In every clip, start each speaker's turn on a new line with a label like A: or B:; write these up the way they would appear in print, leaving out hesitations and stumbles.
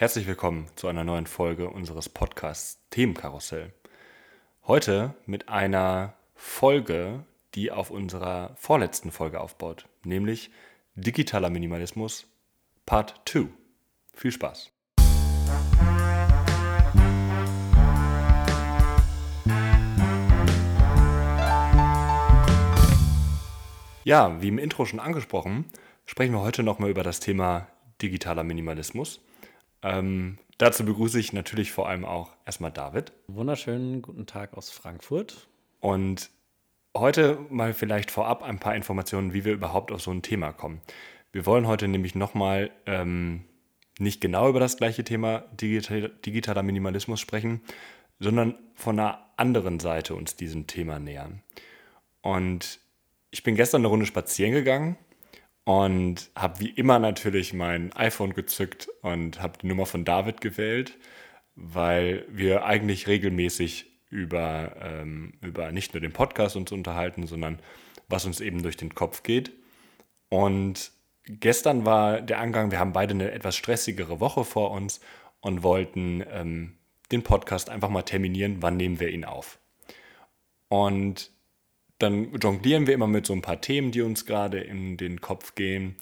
A: Herzlich willkommen zu einer neuen Folge unseres Podcasts Themenkarussell. Heute mit einer Folge, die auf unserer vorletzten Folge aufbaut, nämlich digitaler Minimalismus Part 2. Viel Spaß! Ja, wie im Intro schon angesprochen, sprechen wir heute nochmal über das Thema digitaler Minimalismus. Dazu begrüße ich natürlich vor allem auch erstmal David.
B: Wunderschönen guten Tag aus Frankfurt.
A: Und heute mal vielleicht vorab ein paar Informationen, wie wir überhaupt auf so ein Thema kommen. Wir wollen heute nämlich nochmal nicht genau über das gleiche Thema digitaler Minimalismus sprechen, sondern von einer anderen Seite uns diesem Thema nähern. Und ich bin gestern eine Runde spazieren gegangen und habe wie immer natürlich mein iPhone gezückt und habe die Nummer von David gewählt, weil wir eigentlich regelmäßig über nicht nur den Podcast uns unterhalten, sondern was uns eben durch den Kopf geht. Und gestern war der Angang, wir haben beide eine etwas stressigere Woche vor uns und wollten den Podcast einfach mal terminieren, wann nehmen wir ihn auf. Und dann jonglieren wir immer mit so ein paar Themen, die uns gerade in den Kopf gehen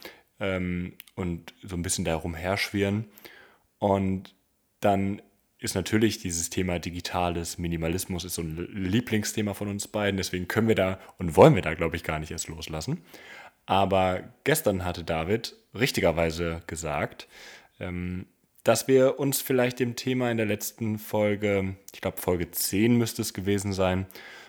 A: und so ein bisschen darum herschwirren. Und dann ist natürlich dieses Thema digitales Minimalismus ist so ein Lieblingsthema von uns beiden. Deswegen können wir da und wollen wir da, glaube ich, gar nicht erst loslassen. Aber gestern hatte David richtigerweise gesagt, dass wir uns vielleicht dem Thema in der letzten Folge, ich glaube Folge 10 müsste es gewesen sein,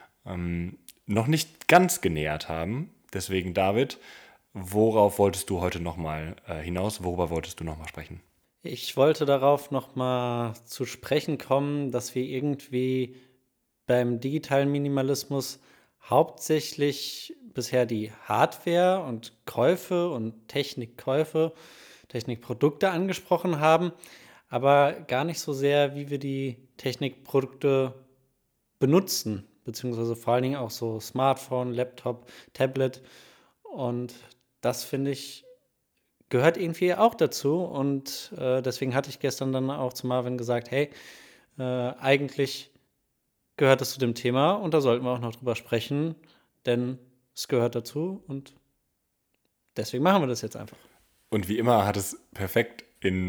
A: noch nicht ganz genähert haben. Deswegen, David, worauf wolltest du heute nochmal hinaus? Worüber wolltest du nochmal sprechen?
B: Ich wollte darauf nochmal zu sprechen kommen, dass wir irgendwie beim digitalen Minimalismus hauptsächlich bisher die Hardware und Käufe und Technikprodukte angesprochen haben, aber gar nicht so sehr, wie wir die Technikprodukte benutzen, beziehungsweise vor allen Dingen auch so Smartphone, Laptop, Tablet. Und das finde ich gehört irgendwie auch dazu. Und deswegen hatte ich gestern dann auch zu Marvin gesagt, hey, eigentlich gehört das zu dem Thema und da sollten wir auch noch drüber sprechen, denn es gehört dazu und deswegen machen wir das jetzt einfach.
A: Und wie immer hat es perfekt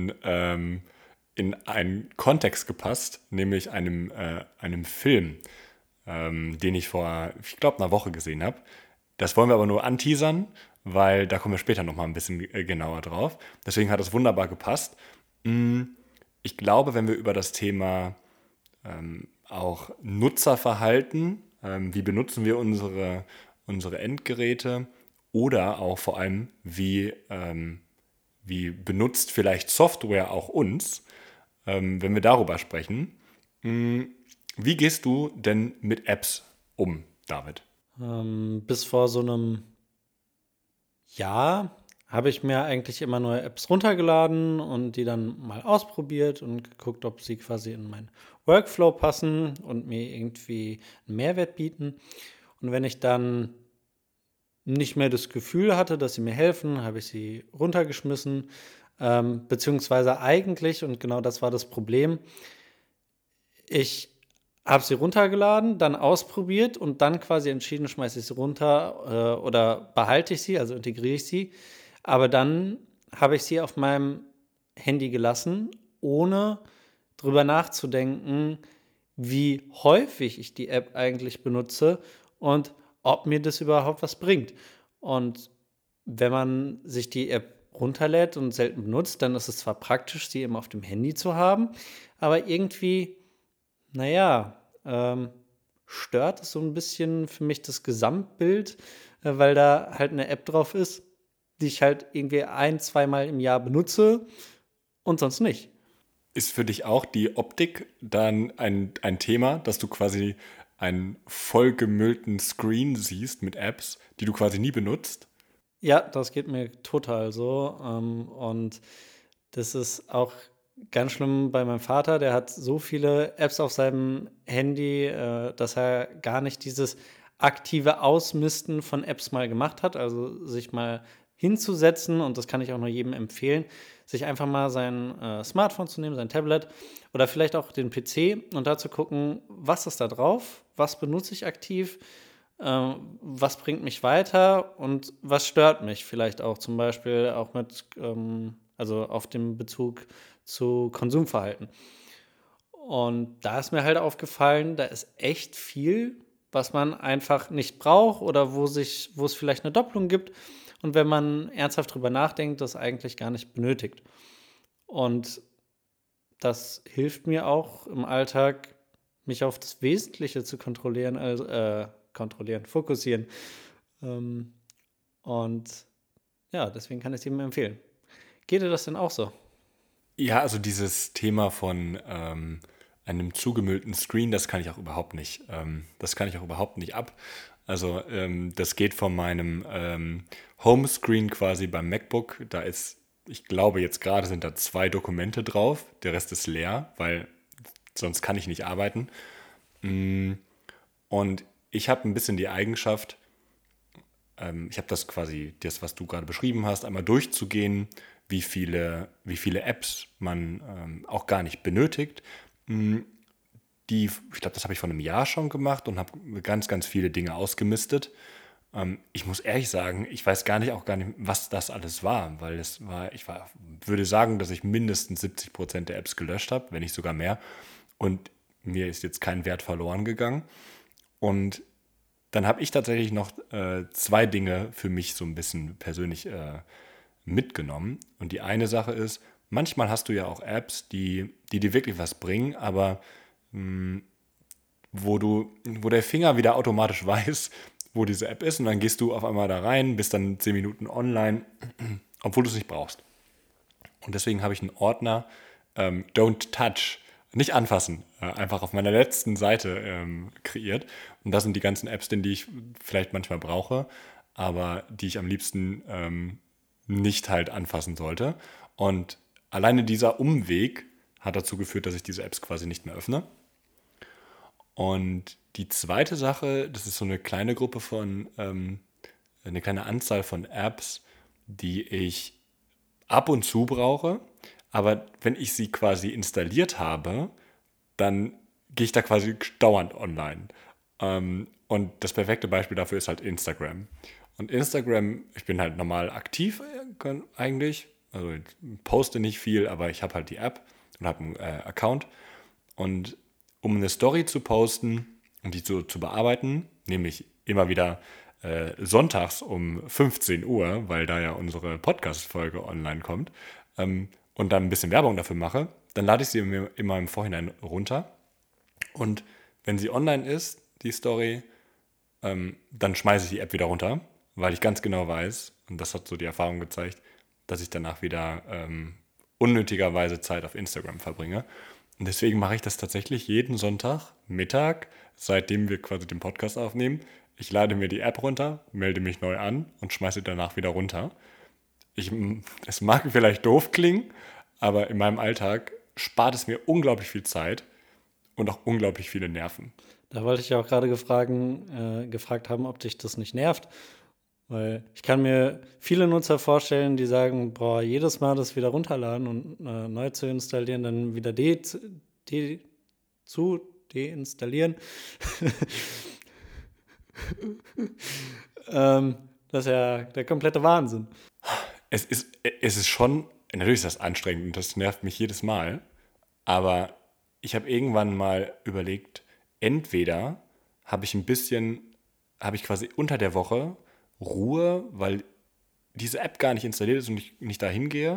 A: in einen Kontext gepasst, nämlich einem Film, den ich vor, ich glaube, einer Woche gesehen habe. Das wollen wir aber nur anteasern, weil da kommen wir später nochmal ein bisschen genauer drauf. Deswegen hat es wunderbar gepasst. Ich glaube, wenn wir über das Thema auch Nutzerverhalten, wie benutzen wir unsere Endgeräte oder auch vor allem, wie benutzt vielleicht Software auch uns, wenn wir darüber sprechen. Wie gehst du denn mit Apps um, David?
B: Bis vor so einem Jahr habe ich mir eigentlich immer neue Apps runtergeladen und die dann mal ausprobiert und geguckt, ob sie quasi in meinen Workflow passen und mir irgendwie einen Mehrwert bieten. Und wenn ich dann nicht mehr das Gefühl hatte, dass sie mir helfen, habe ich sie runtergeschmissen. Beziehungsweise eigentlich, und genau das war das Problem, ich habe sie runtergeladen, dann ausprobiert und dann quasi entschieden, schmeiße ich sie runter oder behalte ich sie, also integriere ich sie. Aber dann habe ich sie auf meinem Handy gelassen, ohne drüber nachzudenken, wie häufig ich die App eigentlich benutze und ob mir das überhaupt was bringt. Und wenn man sich die App runterlädt und selten benutzt, dann ist es zwar praktisch, sie eben auf dem Handy zu haben, aber irgendwie, naja, stört es so ein bisschen für mich das Gesamtbild, weil da halt eine App drauf ist, die ich halt irgendwie ein-, zweimal im Jahr benutze und sonst nicht.
A: Ist für dich auch die Optik dann ein Thema, dass du quasi einen vollgemüllten Screen siehst mit Apps, die du quasi nie benutzt?
B: Ja, das geht mir total so. Und das ist auch ganz schlimm bei meinem Vater. Der hat so viele Apps auf seinem Handy, dass er gar nicht dieses aktive Ausmisten von Apps mal gemacht hat. Also sich mal hinzusetzen, und das kann ich auch nur jedem empfehlen, sich einfach mal sein Smartphone zu nehmen, sein Tablet oder vielleicht auch den PC und da zu gucken, was ist da drauf, was benutze ich aktiv, was bringt mich weiter und was stört mich vielleicht auch, zum Beispiel auch also auf dem Bezug zu Konsumverhalten. Und da ist mir halt aufgefallen, da ist echt viel, was man einfach nicht braucht oder wo es vielleicht eine Doppelung gibt und wenn man ernsthaft drüber nachdenkt, das eigentlich gar nicht benötigt. Und das hilft mir auch im Alltag, mich auf das Wesentliche zu fokussieren. Ähm, und ja, deswegen kann ich es jedem empfehlen. Geht dir das denn auch so?
A: Ja, also dieses Thema von einem zugemüllten Screen, das kann ich auch überhaupt nicht. Das kann ich auch überhaupt nicht ab. Also das geht von meinem Homescreen quasi beim MacBook. Da ist, ich glaube jetzt gerade sind da 2 Dokumente drauf. Der Rest ist leer, weil sonst kann ich nicht arbeiten. Und ich habe ein bisschen die Eigenschaft, ich habe das quasi, das, was du gerade beschrieben hast, einmal durchzugehen, wie viele Apps man auch gar nicht benötigt. Ich glaube, das habe ich vor einem Jahr schon gemacht und habe ganz, ganz viele Dinge ausgemistet. Ich muss ehrlich sagen, ich weiß gar nicht, was das alles war, weil würde sagen, dass ich mindestens 70% der Apps gelöscht habe, wenn nicht sogar mehr. Und mir ist jetzt kein Wert verloren gegangen. Und dann habe ich tatsächlich noch 2 Dinge für mich so ein bisschen persönlich mitgenommen. Und die eine Sache ist, manchmal hast du ja auch Apps, die dir wirklich was bringen, aber wo der Finger wieder automatisch weiß, wo diese App ist und dann gehst du auf einmal da rein, bist dann 10 Minuten online, obwohl du es nicht brauchst. Und deswegen habe ich einen Ordner Don't Touch, nicht anfassen, einfach auf meiner letzten Seite kreiert. Und das sind die ganzen Apps, die ich vielleicht manchmal brauche, aber die ich am liebsten nicht halt anfassen sollte. Und alleine dieser Umweg hat dazu geführt, dass ich diese Apps quasi nicht mehr öffne. Und die zweite Sache, das ist so eine kleine Gruppe eine kleine Anzahl von Apps, die ich ab und zu brauche. Aber wenn ich sie quasi installiert habe, dann gehe ich da quasi dauernd online. Und das perfekte Beispiel dafür ist halt Instagram. Und Instagram, ich bin halt normal aktiv eigentlich. Also ich poste nicht viel, aber ich habe halt die App und habe einen Account. Und um eine Story zu posten und die zu bearbeiten, nehme ich immer wieder sonntags um 15 Uhr, weil da ja unsere Podcast-Folge online kommt, und dann ein bisschen Werbung dafür mache, dann lade ich sie mir immer im Vorhinein runter. Und wenn sie online ist, die Story, dann schmeiße ich die App wieder runter, weil ich ganz genau weiß, und das hat so die Erfahrung gezeigt, dass ich danach wieder unnötigerweise Zeit auf Instagram verbringe. Und deswegen mache ich das tatsächlich jeden Sonntag Mittag, seitdem wir quasi den Podcast aufnehmen. Ich lade mir die App runter, melde mich neu an und schmeiße danach wieder runter. Es mag vielleicht doof klingen, aber in meinem Alltag spart es mir unglaublich viel Zeit und auch unglaublich viele Nerven.
B: Da wollte ich ja auch gerade gefragt haben, ob dich das nicht nervt. Weil ich kann mir viele Nutzer vorstellen, die sagen, boah, jedes Mal das wieder runterladen und neu zu installieren, dann wieder de zu deinstallieren. Das ist ja der komplette Wahnsinn.
A: Es ist schon, natürlich ist das anstrengend und das nervt mich jedes Mal, aber ich habe irgendwann mal überlegt, entweder habe ich quasi unter der Woche Ruhe, weil diese App gar nicht installiert ist und ich nicht dahin gehe,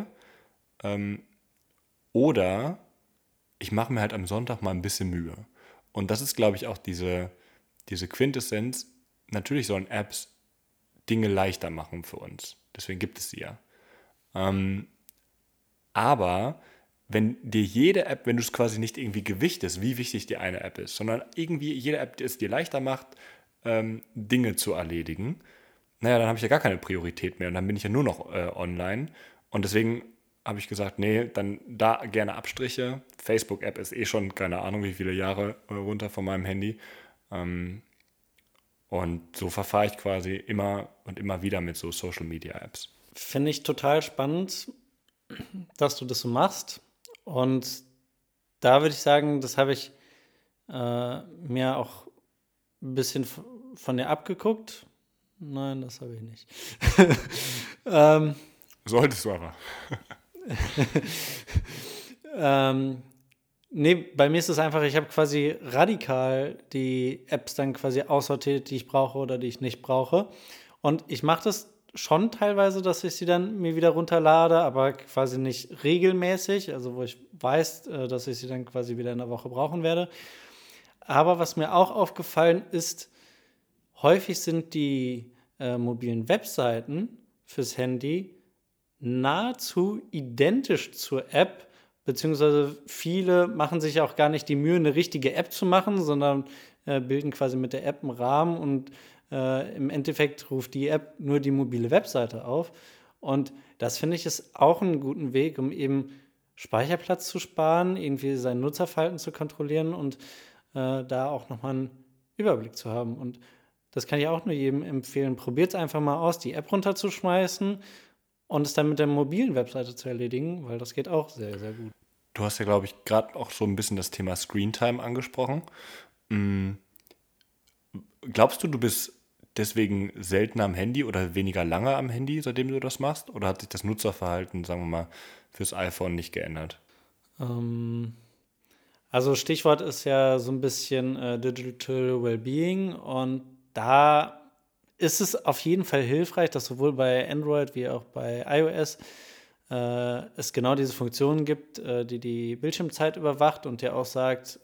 A: oder ich mache mir halt am Sonntag mal ein bisschen Mühe. Und das ist, glaube ich, auch diese Quintessenz. Natürlich sollen Apps Dinge leichter machen für uns. Deswegen gibt es sie ja. Aber wenn du es quasi nicht irgendwie gewichtest, wie wichtig die eine App ist, sondern irgendwie jede App, die es dir leichter macht, Dinge zu erledigen, naja, dann habe ich ja gar keine Priorität mehr und dann bin ich ja nur noch online. Und deswegen habe ich gesagt, nee, dann da gerne Abstriche. Facebook-App ist eh schon, keine Ahnung, wie viele Jahre runter von meinem Handy. Und so verfahre ich quasi immer und immer wieder mit so Social-Media-Apps.
B: Finde ich total spannend. dass du das so machst. Und da würde ich sagen, das habe ich mir auch ein bisschen von dir abgeguckt. Nein, das habe ich nicht. ähm,
A: Solltest du aber.
B: ähm, Nee, bei mir ist es einfach, ich habe quasi radikal die Apps dann quasi aussortiert, die ich brauche oder die ich nicht brauche. Und ich mache das schon teilweise, dass ich sie dann mir wieder runterlade, aber quasi nicht regelmäßig, also wo ich weiß, dass ich sie dann quasi wieder in der Woche brauchen werde. Aber was mir auch aufgefallen ist, häufig sind die mobilen Webseiten fürs Handy nahezu identisch zur App, beziehungsweise viele machen sich auch gar nicht die Mühe, eine richtige App zu machen, sondern bilden quasi mit der App einen Rahmen und im Endeffekt ruft die App nur die mobile Webseite auf. Und das finde ich ist auch einen guten Weg, um eben Speicherplatz zu sparen, irgendwie sein Nutzerverhalten zu kontrollieren und da auch nochmal einen Überblick zu haben. Und das kann ich auch nur jedem empfehlen. Probiert es einfach mal aus, die App runterzuschmeißen und es dann mit der mobilen Webseite zu erledigen, weil das geht auch sehr, sehr gut.
A: Du hast ja, glaube ich, gerade auch so ein bisschen das Thema Screentime angesprochen. Glaubst du, du bist deswegen seltener am Handy oder weniger lange am Handy, seitdem du das machst? Oder hat sich das Nutzerverhalten, sagen wir mal, fürs iPhone nicht geändert?
B: Ähm, also Stichwort ist ja so ein bisschen Digital Wellbeing und da ist es auf jeden Fall hilfreich, dass sowohl bei Android wie auch bei iOS es genau diese Funktion gibt, die die Bildschirmzeit überwacht und dir auch sagt,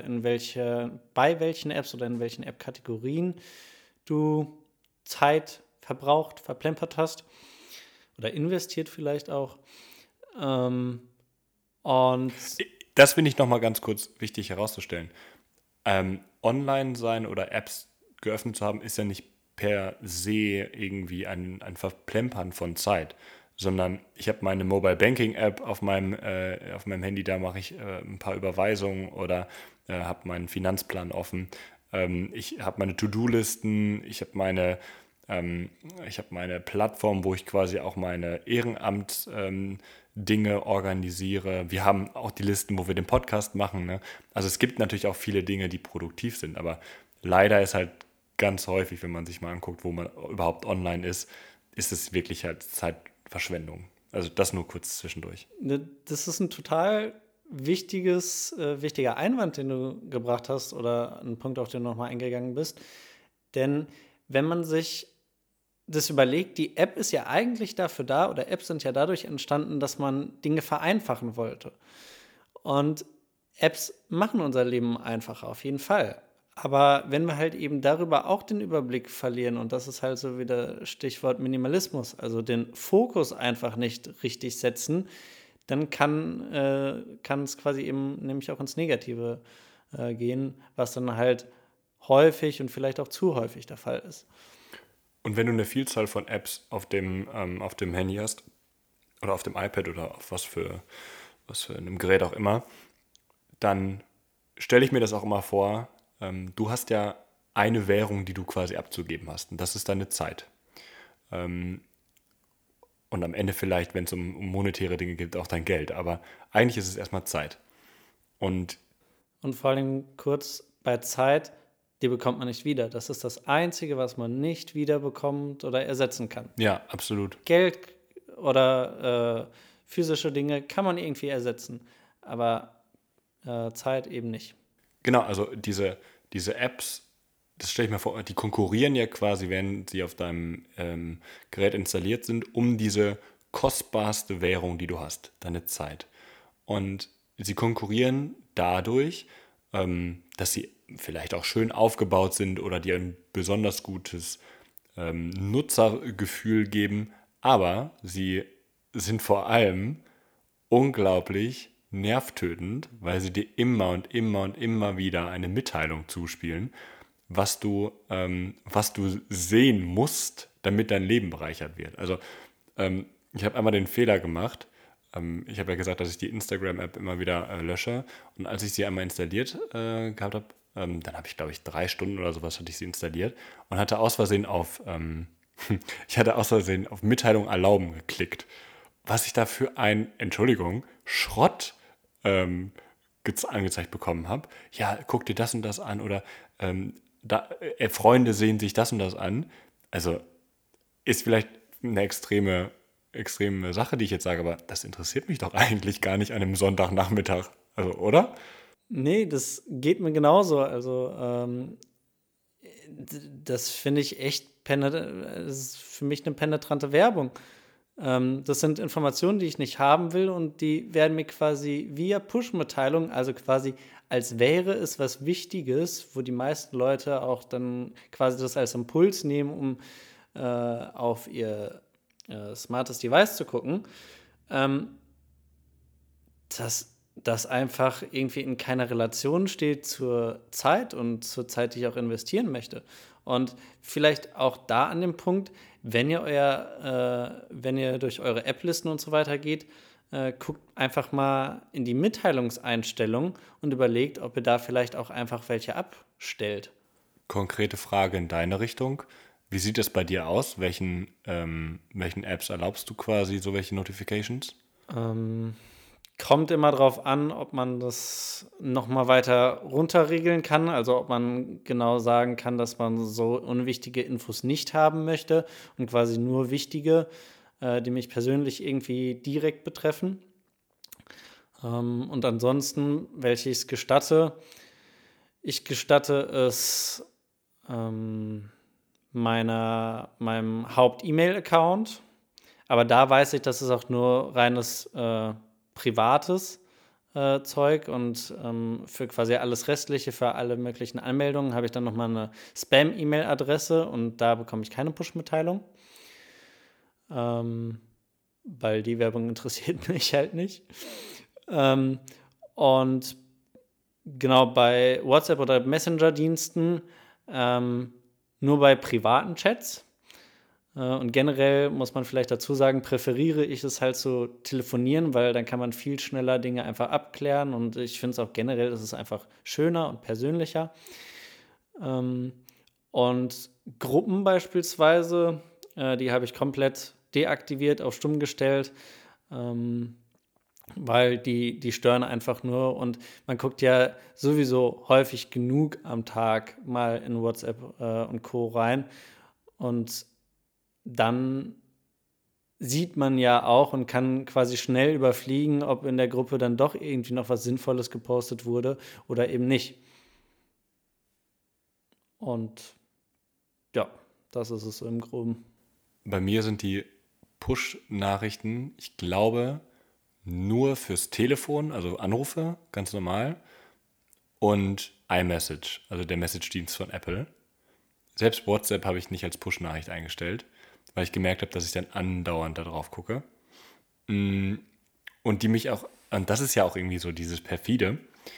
B: bei welchen Apps oder in welchen App-Kategorien du Zeit verbraucht, verplempert hast oder investiert vielleicht auch. Ähm, und
A: Das finde ich nochmal ganz kurz wichtig herauszustellen. Online sein oder Apps geöffnet zu haben, ist ja nicht per se irgendwie ein Verplempern von Zeit, sondern ich habe meine Mobile Banking App auf meinem Handy, da mache ich ein paar Überweisungen oder habe meinen Finanzplan offen. Ich habe meine To-Do-Listen, ich habe meine Plattform, wo ich quasi auch meine Dinge organisiere. Wir haben auch die Listen, wo wir den Podcast machen. Ne? Also es gibt natürlich auch viele Dinge, die produktiv sind, aber leider ist halt ganz häufig, wenn man sich mal anguckt, wo man überhaupt online ist, ist es wirklich halt Zeitverschwendung. Also das nur kurz zwischendurch.
B: das ist ein total wichtiger Einwand, den du gebracht hast oder ein Punkt, auf den du nochmal eingegangen bist. Denn wenn man sich das überlegt, die App ist ja eigentlich dafür da oder Apps sind ja dadurch entstanden, dass man Dinge vereinfachen wollte. Und Apps machen unser Leben einfacher, auf jeden Fall. Aber wenn wir halt eben darüber auch den Überblick verlieren, und das ist halt so wieder Stichwort Minimalismus, also den Fokus einfach nicht richtig setzen, dann kann es quasi eben nämlich auch ins Negative gehen, was dann halt häufig und vielleicht auch zu häufig der Fall ist.
A: Und wenn du eine Vielzahl von Apps auf dem Handy hast oder auf dem iPad oder auf was für einem Gerät auch immer, dann stelle ich mir das auch immer vor, du hast ja eine Währung, die du quasi abzugeben hast. Und das ist deine Zeit. Und am Ende vielleicht, wenn es um monetäre Dinge geht, auch dein Geld. Aber eigentlich ist es erstmal Zeit. Und
B: Und vor allem kurz bei Zeit, die bekommt man nicht wieder. Das ist das Einzige, was man nicht wieder bekommt oder ersetzen kann.
A: ja, absolut.
B: Geld oder physische Dinge kann man irgendwie ersetzen, aber Zeit eben nicht.
A: Genau, also diese Apps, das stelle ich mir vor, die konkurrieren ja quasi, wenn sie auf deinem Gerät installiert sind, um diese kostbarste Währung, die du hast, deine Zeit. Und sie konkurrieren dadurch, dass sie vielleicht auch schön aufgebaut sind oder dir ein besonders gutes Nutzergefühl geben, aber sie sind vor allem unglaublich nervtötend, weil sie dir immer und immer und immer wieder eine Mitteilung zuspielen, was du sehen musst, damit dein Leben bereichert wird. Also ich habe einmal den Fehler gemacht. Ich habe ja gesagt, dass ich die Instagram-App immer wieder lösche. Und als ich sie einmal installiert gehabt habe, dann habe ich, glaube ich, 3 Stunden oder sowas hatte ich sie installiert und hatte aus Versehen ich hatte aus Versehen auf Mitteilung erlauben geklickt. was ich da für Entschuldigung, Schrott ähm, angezeigt bekommen habe. Ja, guck dir das und das an oder Freunde sehen sich das und das an. Also ist vielleicht eine extreme Sache, die ich jetzt sage, aber das interessiert mich doch eigentlich gar nicht an einem Sonntagnachmittag. Also, oder?
B: Nee, das geht mir genauso. Also, das finde ich echt das ist für mich eine penetrante Werbung. Das sind Informationen, die ich nicht haben will und die werden mir quasi via Push-Mitteilung, also quasi als wäre es was Wichtiges, wo die meisten Leute auch dann quasi das als Impuls nehmen, um auf ihr smartes Device zu gucken, ähm, dass das einfach irgendwie in keiner Relation steht zur Zeit und zur Zeit, die ich auch investieren möchte. Und vielleicht auch da an dem Punkt, wenn ihr durch eure App-Listen und so weiter geht, guckt einfach mal in die Mitteilungseinstellung und überlegt, ob ihr da vielleicht auch einfach welche abstellt.
A: Konkrete Frage in deine Richtung. Wie sieht es bei dir aus? Welchen Apps erlaubst du quasi so welche Notifications?
B: Ähm, Kommt immer drauf an, ob man das noch mal weiter runterregeln kann, also ob man genau sagen kann, dass man so unwichtige Infos nicht haben möchte und quasi nur wichtige, die mich persönlich irgendwie direkt betreffen. Und ansonsten, welche ich es gestatte, ich gestatte es ähm, meinem Haupt-E-Mail-Account, aber da weiß ich, dass es auch nur reines privates Zeug und für quasi alles Restliche, für alle möglichen Anmeldungen habe ich dann nochmal eine Spam-E-Mail-Adresse und da bekomme ich keine Push-Mitteilung, ähm, weil die Werbung interessiert mich halt nicht. Ähm, und genau bei WhatsApp oder Messenger-Diensten ähm, nur bei privaten Chats. Und generell muss man vielleicht dazu sagen, präferiere ich es halt zu telefonieren, weil dann kann man viel schneller Dinge einfach abklären und ich finde es auch generell, ist es einfach schöner und persönlicher. Ähm, und Gruppen beispielsweise, die habe ich komplett deaktiviert, auf stumm gestellt, ähm, weil die stören einfach nur und man guckt ja sowieso häufig genug am Tag mal in WhatsApp und Co. rein und dann sieht man ja auch und kann quasi schnell überfliegen, ob in der Gruppe dann doch irgendwie noch was Sinnvolles gepostet wurde oder eben nicht. Und ja, das ist es so im Groben.
A: Bei mir sind die Push-Nachrichten, ich glaube, nur fürs Telefon, also Anrufe, ganz normal, und iMessage, also der Message-Dienst von Apple. Selbst WhatsApp habe ich nicht als Push-Nachricht eingestellt, weil ich gemerkt habe, dass ich dann andauernd da drauf gucke. Und die mich auch, und das ist ja auch irgendwie so dieses perfide,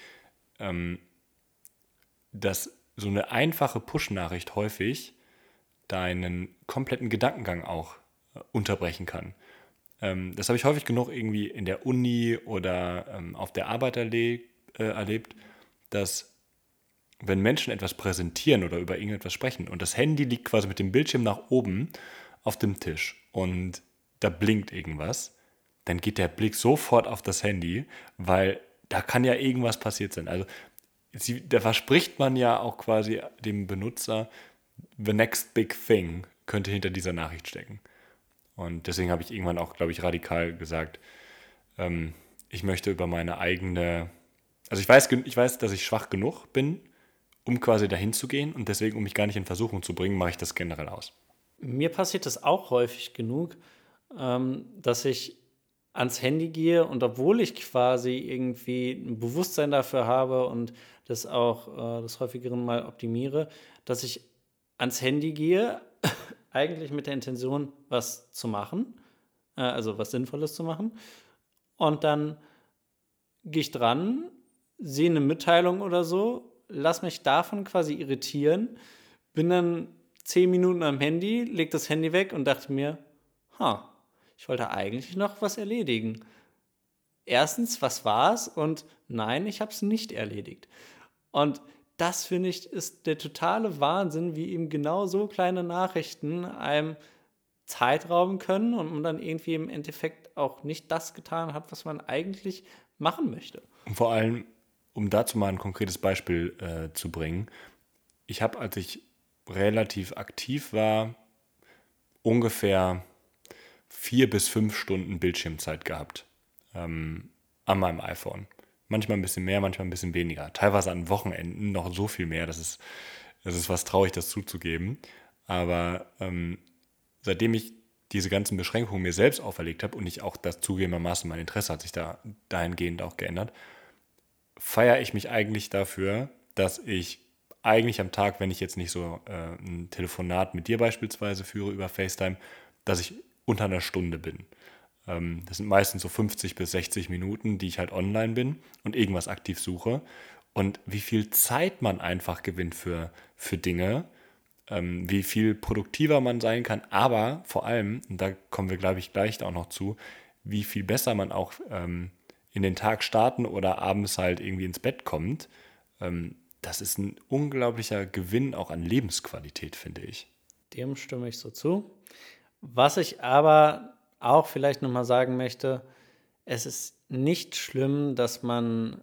A: dass so eine einfache Push-Nachricht häufig deinen kompletten Gedankengang auch unterbrechen kann. Das habe ich häufig genug irgendwie in der Uni oder auf der Arbeit erlebt, dass wenn Menschen etwas präsentieren oder über irgendetwas sprechen und das Handy liegt quasi mit dem Bildschirm nach oben auf dem Tisch und da blinkt irgendwas, dann geht der Blick sofort auf das Handy, weil da kann ja irgendwas passiert sein. Also da verspricht man ja auch quasi dem Benutzer, the next big thing könnte hinter dieser Nachricht stecken. Und deswegen habe ich irgendwann auch, glaube ich, radikal gesagt, ich möchte über meine eigene, also ich weiß, dass ich schwach genug bin, um quasi dahin zu gehen und deswegen, um mich gar nicht in Versuchung zu bringen, mache ich das generell aus.
B: Mir passiert das auch häufig genug, dass ich ans Handy gehe und obwohl ich quasi irgendwie ein Bewusstsein dafür habe und das auch des Häufigeren mal optimiere, dass ich ans Handy gehe, eigentlich mit der Intention, was zu machen, also was Sinnvolles zu machen. Und dann gehe ich dran, sehe eine Mitteilung oder so, lass mich davon quasi irritieren, bin dann 10 Minuten am Handy, leg das Handy weg und dachte mir, ich wollte eigentlich noch was erledigen. Erstens, was war's? Und nein, ich habe es nicht erledigt. Und das finde ich ist der totale Wahnsinn, wie eben genau so kleine Nachrichten einem Zeit rauben können und man dann irgendwie im Endeffekt auch nicht das getan hat, was man eigentlich machen möchte.
A: Und vor allem, um dazu mal ein konkretes Beispiel zu bringen, ich habe, als ich relativ aktiv war, ungefähr 4 bis 5 Stunden Bildschirmzeit gehabt an meinem iPhone. Manchmal ein bisschen mehr, manchmal ein bisschen weniger. Teilweise an Wochenenden noch so viel mehr. Das ist fast traurig, das zuzugeben. Aber seitdem ich diese ganzen Beschränkungen mir selbst auferlegt habe und ich auch das zugegebenermaßen, mein Interesse hat sich da dahingehend auch geändert, feiere ich mich eigentlich dafür, dass ich eigentlich am Tag, wenn ich jetzt nicht so ein Telefonat mit dir beispielsweise führe über FaceTime, dass ich unter einer Stunde bin. Das sind meistens so 50 bis 60 Minuten, die ich halt online bin und irgendwas aktiv suche. Und wie viel Zeit man einfach gewinnt für Dinge, wie viel produktiver man sein kann, aber vor allem, und da kommen wir, glaube ich, gleich auch noch zu, wie viel besser man auch in den Tag starten oder abends halt irgendwie ins Bett kommt. Das ist ein unglaublicher Gewinn auch an Lebensqualität, finde ich.
B: Dem stimme ich so zu. Was ich aber auch vielleicht nochmal sagen möchte, es ist nicht schlimm, dass man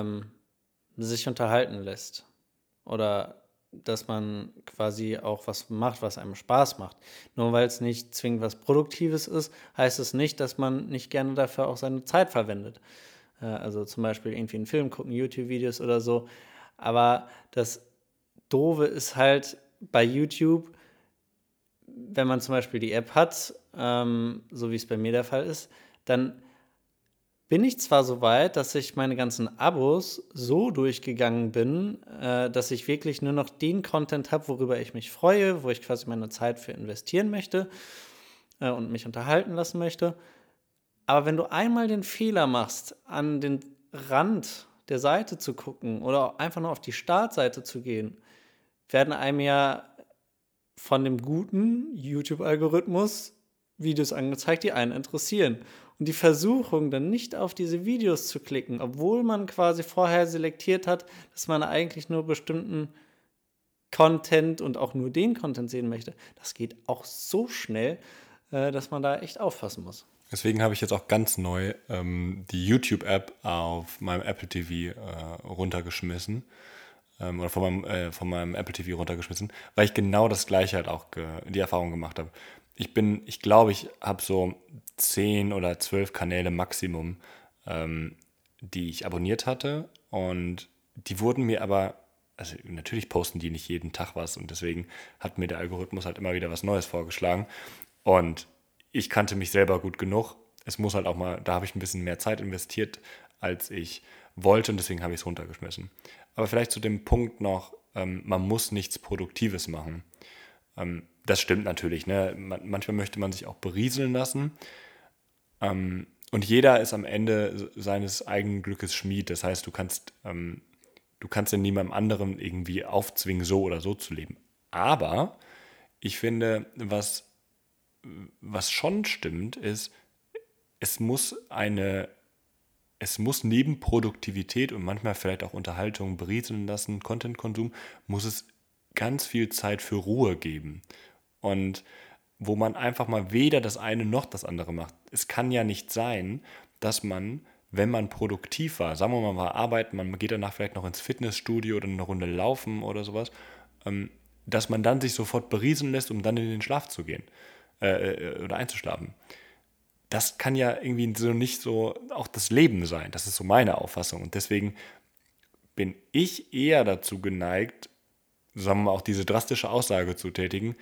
B: sich unterhalten lässt oder dass man quasi auch was macht, was einem Spaß macht. Nur weil es nicht zwingend was Produktives ist, heißt es nicht, dass man nicht gerne dafür auch seine Zeit verwendet. Also zum Beispiel irgendwie einen Film gucken, YouTube-Videos oder so. Aber das Doofe ist halt bei YouTube, wenn man zum Beispiel die App hat, so wie es bei mir der Fall ist, dann bin ich zwar so weit, dass ich meine ganzen Abos so durchgegangen bin, dass ich wirklich nur noch den Content habe, worüber ich mich freue, wo ich quasi meine Zeit für investieren möchte und mich unterhalten lassen möchte. Aber wenn du einmal den Fehler machst, an den Rand der Seite zu gucken oder einfach nur auf die Startseite zu gehen, werden einem ja von dem guten YouTube-Algorithmus Videos angezeigt, die einen interessieren. Und die Versuchung, dann nicht auf diese Videos zu klicken, obwohl man quasi vorher selektiert hat, dass man eigentlich nur bestimmten Content und auch nur den Content sehen möchte, das geht auch so schnell, dass man da echt aufpassen muss.
A: Deswegen habe ich jetzt auch ganz neu die YouTube-App auf meinem Apple TV runtergeschmissen. Oder von meinem Apple TV runtergeschmissen, weil ich genau das Gleiche halt auch die Erfahrung gemacht habe. Ich glaube, ich habe so 10 oder 12 Kanäle Maximum, die ich abonniert hatte. Und die wurden mir aber, also natürlich posten die nicht jeden Tag was und deswegen hat mir der Algorithmus halt immer wieder was Neues vorgeschlagen. Und ich kannte mich selber gut genug. Es muss halt auch mal, da habe ich ein bisschen mehr Zeit investiert, als ich wollte und deswegen habe ich es runtergeschmissen. Aber vielleicht zu dem Punkt noch, man muss nichts Produktives machen. Das stimmt natürlich. Ne? Manchmal möchte man sich auch berieseln lassen. Und jeder ist am Ende seines eigenen Glückes Schmied. Das heißt, du kannst ja niemandem anderen irgendwie aufzwingen, so oder so zu leben. Aber ich finde, was schon stimmt, ist, es muss es muss neben Produktivität und manchmal vielleicht auch Unterhaltung berieseln lassen, Content-Konsum, muss es ganz viel Zeit für Ruhe geben. Und wo man einfach mal weder das eine noch das andere macht. Es kann ja nicht sein, dass man, wenn man produktiv war, sagen wir mal, man war arbeiten, man geht danach vielleicht noch ins Fitnessstudio oder eine Runde laufen oder sowas, dass man dann sich sofort berieseln lässt, um dann in den Schlaf zu gehen oder einzuschlafen. Das kann ja irgendwie so nicht so auch das Leben sein. Das ist so meine Auffassung. Und deswegen bin ich eher dazu geneigt, sagen wir mal, auch diese drastische Aussage zu tätigen,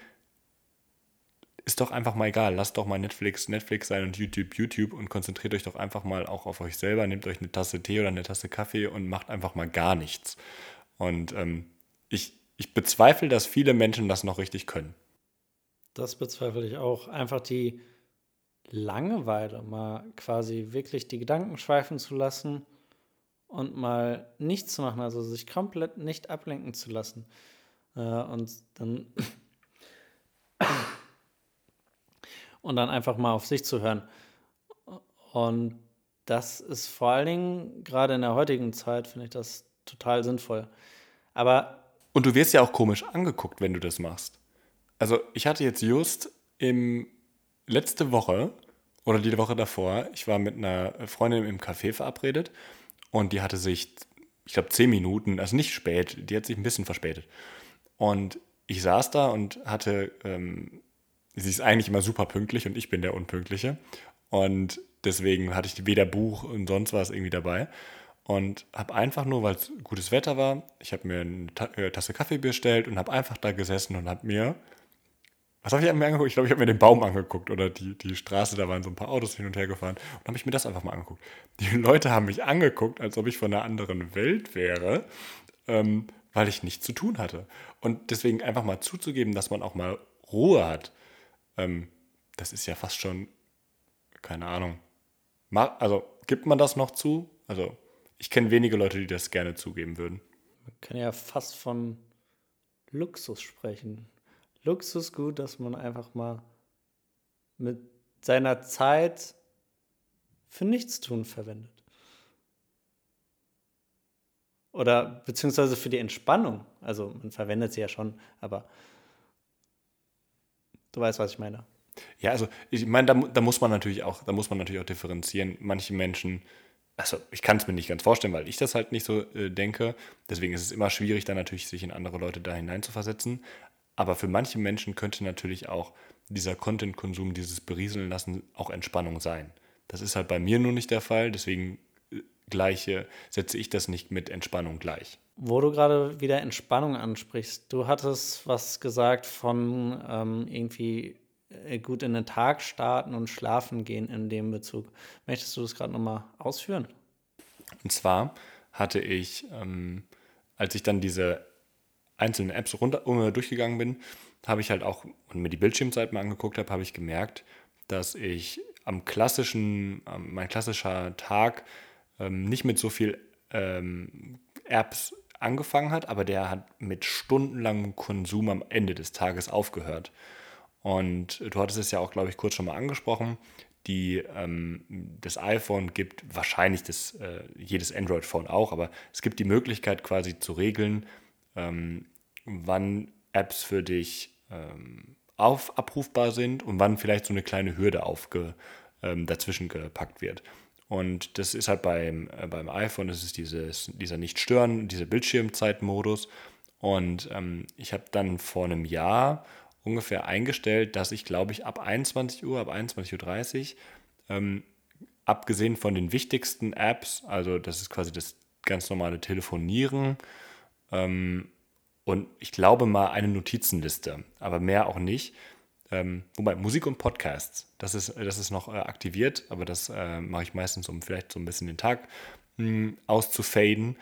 A: ist doch einfach mal egal. Lasst doch mal Netflix sein und YouTube YouTube und konzentriert euch doch einfach mal auch auf euch selber. Nehmt euch eine Tasse Tee oder eine Tasse Kaffee und macht einfach mal gar nichts. Und ich bezweifle, dass viele Menschen das noch richtig können.
B: Das bezweifle ich auch. Einfach die Langeweile, mal quasi wirklich die Gedanken schweifen zu lassen und mal nichts zu machen, also sich komplett nicht ablenken zu lassen. Und dann und dann einfach mal auf sich zu hören. Und das ist vor allen Dingen, gerade in der heutigen Zeit, finde ich das total sinnvoll. Aber
A: Und du wirst ja auch komisch angeguckt, wenn du das machst. Also ich hatte jetzt just im letzte Woche oder die Woche davor, ich war mit einer Freundin im Café verabredet und die hatte sich, ich glaube, 10 Minuten, also nicht spät, die hat sich ein bisschen verspätet. Und ich saß da und hatte, sie ist eigentlich immer super pünktlich und ich bin der Unpünktliche. Und deswegen hatte ich weder Buch und sonst was irgendwie dabei. Und habe einfach nur, weil es gutes Wetter war, ich habe mir eine Tasse Kaffee bestellt und habe einfach da gesessen und habe mir, was habe ich mir angeguckt? Ich glaube, ich habe mir den Baum angeguckt oder die Straße, da waren so ein paar Autos hin und her gefahren und habe ich mir das einfach mal angeguckt. Die Leute haben mich angeguckt, als ob ich von einer anderen Welt wäre, weil ich nichts zu tun hatte. Und deswegen einfach mal zuzugeben, dass man auch mal Ruhe hat, ähm, das ist ja fast schon, keine Ahnung. Also gibt man das noch zu? Also ich kenne wenige Leute, die das gerne zugeben würden.
B: Man kann ja fast von Luxus sprechen. Luxusgut, dass man einfach mal mit seiner Zeit für Nichtstun verwendet. Oder beziehungsweise für die Entspannung. Also man verwendet sie ja schon, aber du weißt, was ich meine.
A: Ja, also ich meine, da muss man natürlich auch, da muss man natürlich auch differenzieren. Manche Menschen, also ich kann es mir nicht ganz vorstellen, weil ich das halt nicht so denke. Deswegen ist es immer schwierig, dann natürlich sich in andere Leute da hineinzuversetzen. Aber für manche Menschen könnte natürlich auch dieser Content-Konsum, dieses Berieseln lassen, auch Entspannung sein. Das ist halt bei mir nur nicht der Fall, deswegen setze ich das nicht mit Entspannung gleich.
B: Wo du gerade wieder Entspannung ansprichst, du hattest was gesagt von irgendwie gut in den Tag starten und schlafen gehen in dem Bezug. Möchtest du das gerade nochmal ausführen?
A: Und zwar hatte ich, als ich dann diese einzelnen Apps durchgegangen bin, habe ich halt auch und mir die Bildschirmzeit mal angeguckt habe, habe ich gemerkt, dass ich mein klassischer Tag nicht mit so viel Apps angefangen hat, aber der hat mit stundenlangem Konsum am Ende des Tages aufgehört. Und du hattest es ja auch, glaube ich, kurz schon mal angesprochen. Das iPhone gibt wahrscheinlich jedes Android-Phone auch, aber es gibt die Möglichkeit quasi zu regeln, wann Apps für dich abrufbar sind und wann vielleicht so eine kleine Hürde dazwischen gepackt wird. Und das ist halt beim iPhone, das ist dieser Nicht-Stören, dieser Bildschirmzeitmodus. Und ich habe dann vor einem Jahr ungefähr eingestellt, dass ich, glaube ich, ab 21 Uhr, ab 21:30 Uhr, abgesehen von den wichtigsten Apps, also das ist quasi das ganz normale Telefonieren, und ich glaube mal eine Notizenliste, aber mehr auch nicht. Wobei Musik und Podcasts, das ist noch aktiviert, aber das mache ich meistens, um vielleicht so ein bisschen den Tag auszufaden.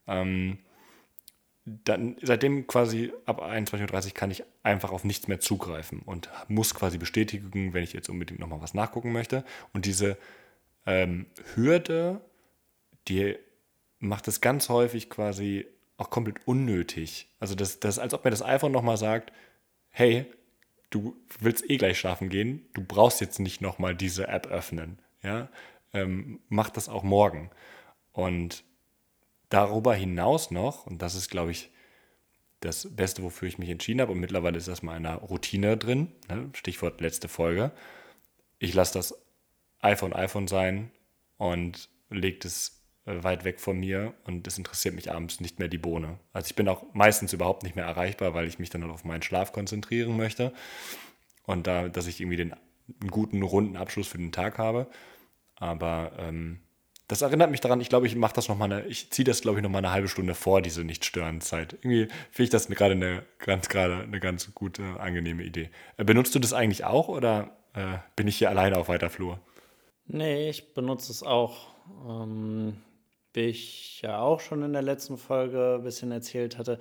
A: Dann, seitdem quasi ab 21:30 Uhr kann ich einfach auf nichts mehr zugreifen und muss quasi bestätigen, wenn ich jetzt unbedingt nochmal was nachgucken möchte. Und diese Hürde, die macht es ganz häufig quasi auch komplett unnötig. Also das als ob mir das iPhone nochmal sagt, hey, du willst eh gleich schlafen gehen, du brauchst jetzt nicht nochmal diese App öffnen. Ja? Mach das auch morgen. Und darüber hinaus noch, und das ist, glaube ich, das Beste, wofür ich mich entschieden habe, und mittlerweile ist das mal in einer Routine drin, ne? Stichwort letzte Folge, ich lasse das iPhone sein und lege es weit weg von mir und es interessiert mich abends nicht mehr die Bohne. Also ich bin auch meistens überhaupt nicht mehr erreichbar, weil ich mich dann auf meinen Schlaf konzentrieren möchte und dass ich irgendwie einen guten, runden Abschluss für den Tag habe. Aber das erinnert mich daran, ich glaube, ich ziehe das, glaube ich, noch mal eine halbe Stunde vor, diese Nicht-Stören-Zeit. Irgendwie finde ich das gerade eine ganz gute, angenehme Idee. Benutzt du das eigentlich auch oder bin ich hier alleine auf weiter Flur?
B: Nee, ich benutze es auch. Wie ich ja auch schon in der letzten Folge ein bisschen erzählt hatte.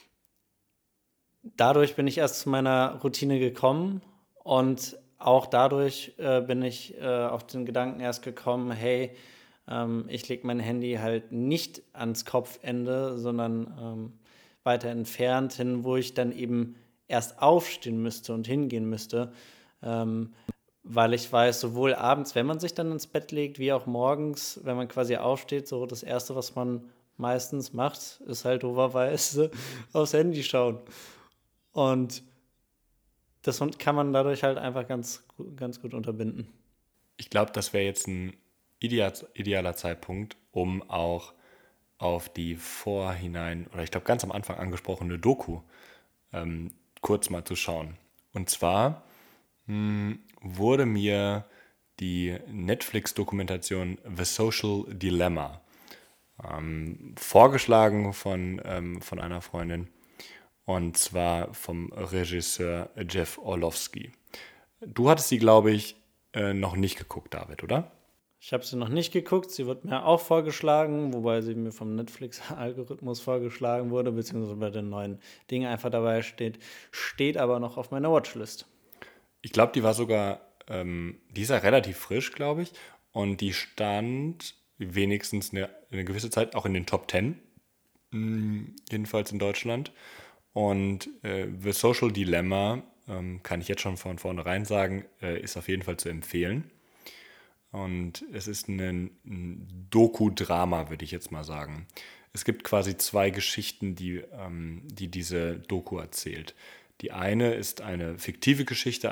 B: Dadurch bin ich erst zu meiner Routine gekommen und auch dadurch bin ich auf den Gedanken erst gekommen, hey, ich lege mein Handy halt nicht ans Kopfende, sondern weiter entfernt hin, wo ich dann eben erst aufstehen müsste und hingehen müsste, ähm, weil ich weiß, sowohl abends, wenn man sich dann ins Bett legt, wie auch morgens, wenn man quasi aufsteht, so das Erste, was man meistens macht, ist halt doverweise aufs Handy schauen. Und Das kann man dadurch halt einfach ganz gut unterbinden.
A: Ich glaube, das wäre jetzt ein idealer Zeitpunkt, um auch auf die vorhinein oder ich glaube ganz am Anfang angesprochene Doku kurz mal zu schauen. Und zwar wurde mir die Netflix-Dokumentation The Social Dilemma vorgeschlagen von einer Freundin, und zwar vom Regisseur Jeff Orlovsky. Du hattest sie, glaube ich, noch nicht geguckt, David, oder?
B: Ich habe sie noch nicht geguckt. Sie wird mir auch vorgeschlagen, wobei sie mir vom Netflix-Algorithmus vorgeschlagen wurde, beziehungsweise bei den neuen Dingen einfach dabei steht aber noch auf meiner Watchlist.
A: Ich glaube, die ist ja relativ frisch, glaube ich. Und die stand wenigstens eine gewisse Zeit auch in den Top 10, jedenfalls in Deutschland. Und The Social Dilemma, kann ich jetzt schon von vornherein sagen, ist auf jeden Fall zu empfehlen. Und es ist ein Doku-Drama, würde ich jetzt mal sagen. Es gibt quasi zwei Geschichten, die diese Doku erzählt. Die eine ist eine fiktive Geschichte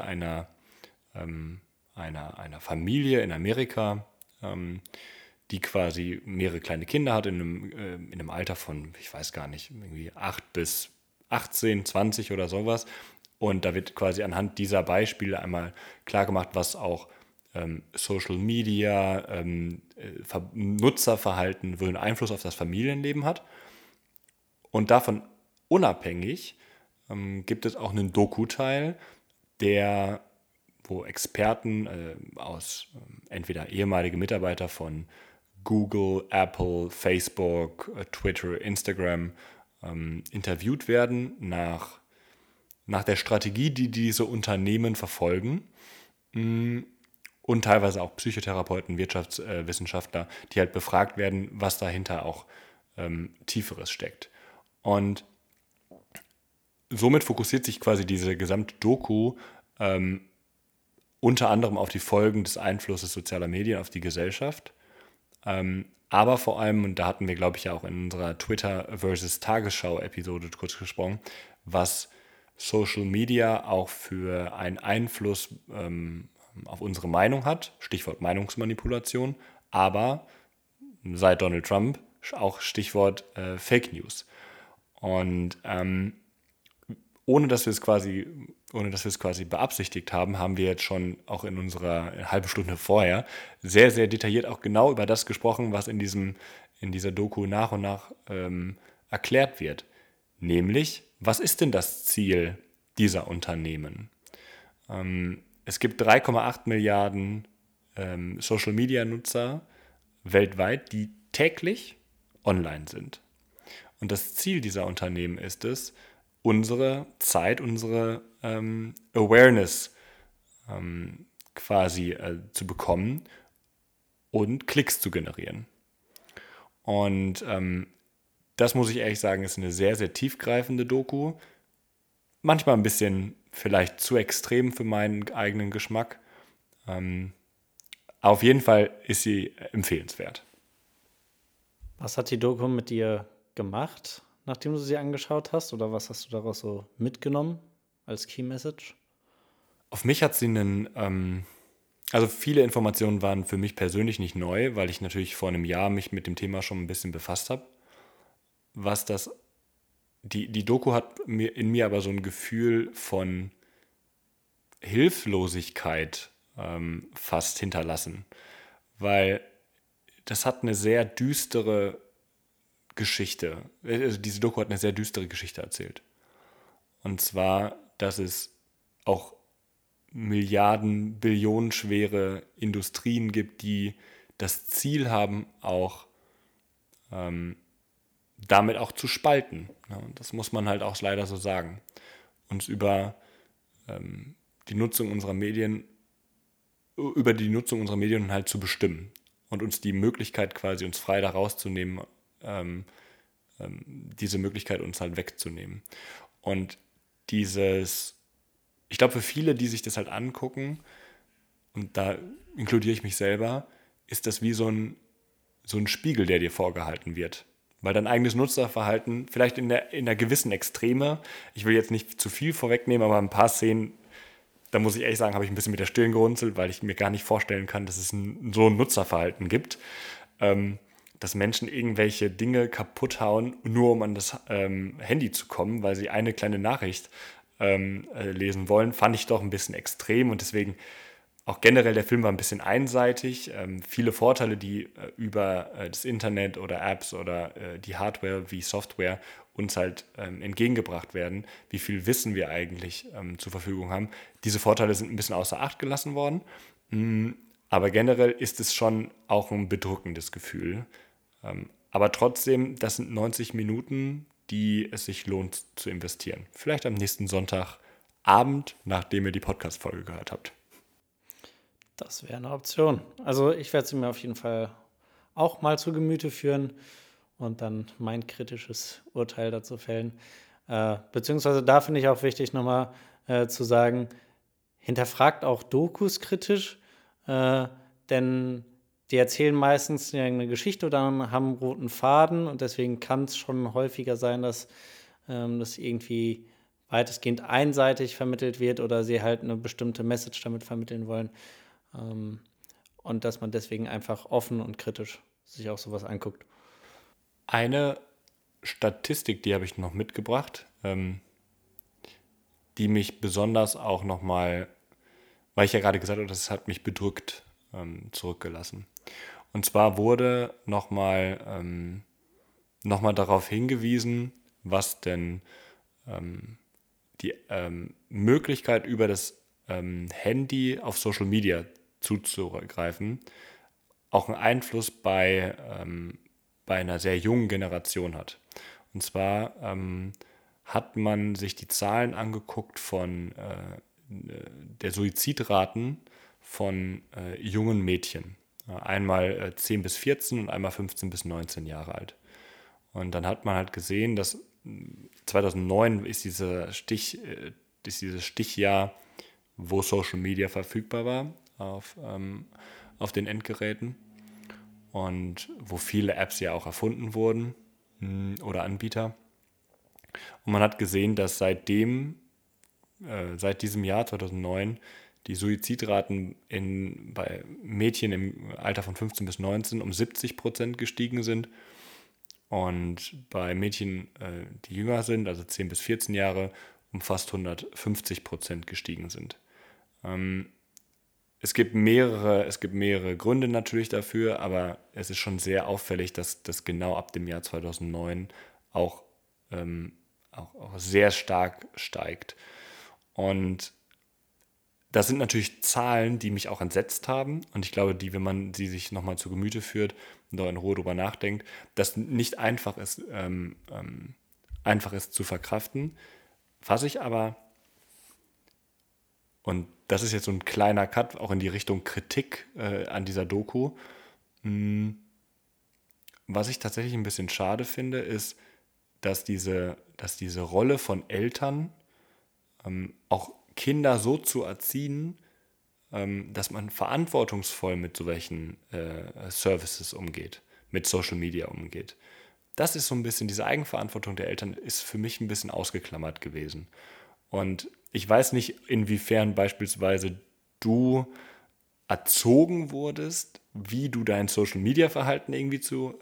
A: einer Familie in Amerika, die quasi mehrere kleine Kinder hat in einem Alter von, ich weiß gar nicht, irgendwie 8 bis 18, 20 oder sowas. Und da wird quasi anhand dieser Beispiele einmal klar gemacht, was auch Social Media, Nutzerverhalten, wohl einen Einfluss auf das Familienleben hat. Und davon unabhängig gibt es auch einen Doku-Teil, der, wo Experten aus entweder ehemalige Mitarbeiter von Google, Apple, Facebook, Twitter, Instagram interviewt werden nach der Strategie, die diese Unternehmen verfolgen, und teilweise auch Psychotherapeuten, Wirtschaftswissenschaftler, die halt befragt werden, was dahinter auch Tieferes steckt. Und somit fokussiert sich quasi diese gesamte Doku unter anderem auf die Folgen des Einflusses sozialer Medien auf die Gesellschaft. Aber vor allem, und da hatten wir, glaube ich, ja auch in unserer Twitter versus Tagesschau-Episode kurz gesprochen, was Social Media auch für einen Einfluss auf unsere Meinung hat, Stichwort Meinungsmanipulation, aber seit Donald Trump auch Stichwort Fake News. Und ohne dass wir es quasi beabsichtigt haben, haben wir jetzt schon auch in unserer halben Stunde vorher sehr, sehr detailliert auch genau über das gesprochen, was in dieser Doku nach und nach erklärt wird. Nämlich, was ist denn das Ziel dieser Unternehmen? Es gibt 3,8 Milliarden Social-Media-Nutzer weltweit, die täglich online sind. Und das Ziel dieser Unternehmen ist es, unsere Zeit, unsere Awareness quasi zu bekommen und Klicks zu generieren. Und das muss ich ehrlich sagen, ist eine sehr, sehr tiefgreifende Doku. Manchmal ein bisschen vielleicht zu extrem für meinen eigenen Geschmack. Auf jeden Fall ist sie empfehlenswert.
B: Was hat die Doku mit dir gemacht, nachdem du sie angeschaut hast? Oder was hast du daraus so mitgenommen als Key Message?
A: Auf mich hat sie also viele Informationen waren für mich persönlich nicht neu, weil ich natürlich vor einem Jahr mich mit dem Thema schon ein bisschen befasst habe. Die Doku hat in mir aber so ein Gefühl von Hilflosigkeit fast hinterlassen, weil das hat eine sehr düstere Geschichte. Also diese Doku hat eine sehr düstere Geschichte erzählt. Und zwar, dass es auch Milliarden, Billionen schwere Industrien gibt, die das Ziel haben, auch damit auch zu spalten. Ja, und das muss man halt auch leider so sagen. Uns die Nutzung unserer Medien, über die Nutzung unserer Medien halt zu bestimmen und uns die Möglichkeit quasi, uns frei da rauszunehmen, diese Möglichkeit uns halt wegzunehmen. Und ich glaube, für viele, die sich das halt angucken, und da inkludiere ich mich selber, ist das wie so ein Spiegel, der dir vorgehalten wird. Weil dein eigenes Nutzerverhalten, vielleicht in einer gewissen Extreme, ich will jetzt nicht zu viel vorwegnehmen, aber ein paar Szenen da muss ich ehrlich sagen, habe ich ein bisschen mit der Stirn gerunzelt, weil ich mir gar nicht vorstellen kann, dass es so ein Nutzerverhalten gibt, dass Menschen irgendwelche Dinge kaputt hauen, nur um an das Handy zu kommen, weil sie eine kleine Nachricht lesen wollen, fand ich doch ein bisschen extrem und deswegen auch generell der Film war ein bisschen einseitig. Viele Vorteile, die über das Internet oder Apps oder die Hardware wie Software uns halt entgegengebracht werden, wie viel Wissen wir eigentlich zur Verfügung haben. Diese Vorteile sind ein bisschen außer Acht gelassen worden. Aber generell ist es schon auch ein bedrückendes Gefühl. Aber trotzdem, das sind 90 Minuten, die es sich lohnt zu investieren. Vielleicht am nächsten Sonntagabend, nachdem ihr die Podcast-Folge gehört habt.
B: Das wäre eine Option. Also ich werde sie mir auf jeden Fall auch mal zu Gemüte führen und dann mein kritisches Urteil dazu fällen. Beziehungsweise da finde ich auch wichtig, nochmal zu sagen, hinterfragt auch Dokus kritisch, denn die erzählen meistens ja eine Geschichte oder haben einen roten Faden und deswegen kann es schon häufiger sein, dass das irgendwie weitestgehend einseitig vermittelt wird oder sie halt eine bestimmte Message damit vermitteln wollen. Und dass man deswegen einfach offen und kritisch sich auch sowas anguckt.
A: Eine Statistik, die habe ich noch mitgebracht, die mich besonders auch nochmal, weil ich ja gerade gesagt habe, das hat mich bedrückt, zurückgelassen. Und zwar wurde nochmal darauf hingewiesen, was denn die Möglichkeit über das Handy auf Social Media zuzugreifen auch einen Einfluss bei einer sehr jungen Generation hat. Und zwar hat man sich die Zahlen angeguckt von der Suizidraten von jungen Mädchen. Einmal 10 bis 14 und einmal 15 bis 19 Jahre alt. Und dann hat man halt gesehen, dass 2009 ist dieses Stichjahr, wo Social Media verfügbar war auf den Endgeräten und wo viele Apps ja auch erfunden wurden oder Anbieter. Und man hat gesehen, dass seit diesem Jahr 2009 die Suizidraten bei Mädchen im Alter von 15 bis 19 um 70% gestiegen sind und bei Mädchen, die jünger sind, also 10 bis 14 Jahre, um fast 150% gestiegen sind. Es gibt mehrere Gründe natürlich dafür, aber es ist schon sehr auffällig, dass das genau ab dem Jahr 2009 auch sehr stark steigt. Und das sind natürlich Zahlen, die mich auch entsetzt haben. Und ich glaube, wenn man sie sich nochmal zu Gemüte führt und da in Ruhe drüber nachdenkt, das nicht einfach ist zu verkraften. Was ich aber, und das ist jetzt so ein kleiner Cut auch in die Richtung Kritik an dieser Doku, was ich tatsächlich ein bisschen schade finde, ist, dass diese Rolle von Eltern auch Kinder so zu erziehen, dass man verantwortungsvoll mit solchen Services umgeht, mit Social Media umgeht. Das ist so ein bisschen, diese Eigenverantwortung der Eltern ist für mich ein bisschen ausgeklammert gewesen. Und ich weiß nicht, inwiefern beispielsweise du erzogen wurdest, wie du dein Social-Media-Verhalten irgendwie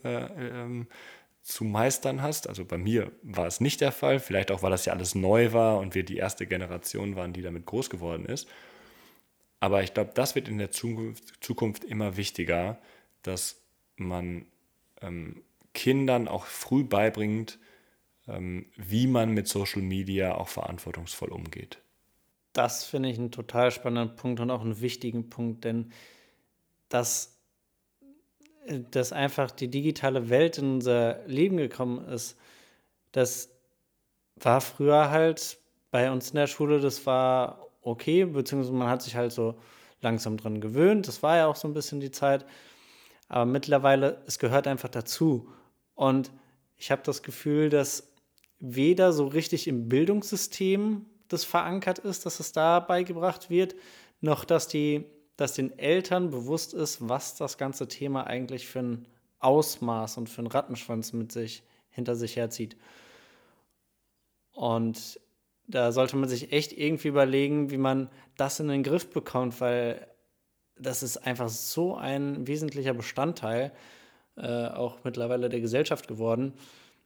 A: zu meistern hast. Also bei mir war es nicht der Fall, vielleicht auch, weil das ja alles neu war und wir die erste Generation waren, die damit groß geworden ist. Aber ich glaube, das wird in der Zukunft immer wichtiger, dass man Kindern auch früh beibringt, wie man mit Social Media auch verantwortungsvoll umgeht.
B: Das finde ich einen total spannenden Punkt und auch einen wichtigen Punkt, denn dass, dass einfach die digitale Welt in unser Leben gekommen ist, das war früher halt bei uns in der Schule, das war okay, beziehungsweise man hat sich halt so langsam dran gewöhnt. Das war ja auch so ein bisschen die Zeit. Aber mittlerweile, es gehört einfach dazu. Und ich habe das Gefühl, dass weder so richtig im Bildungssystem das verankert ist, dass es da beigebracht wird, noch dass den Eltern bewusst ist, was das ganze Thema eigentlich für ein Ausmaß und für einen Rattenschwanz hinter sich herzieht. Und da sollte man sich echt irgendwie überlegen, wie man das in den Griff bekommt, weil das ist einfach so ein wesentlicher Bestandteil, auch mittlerweile der Gesellschaft geworden.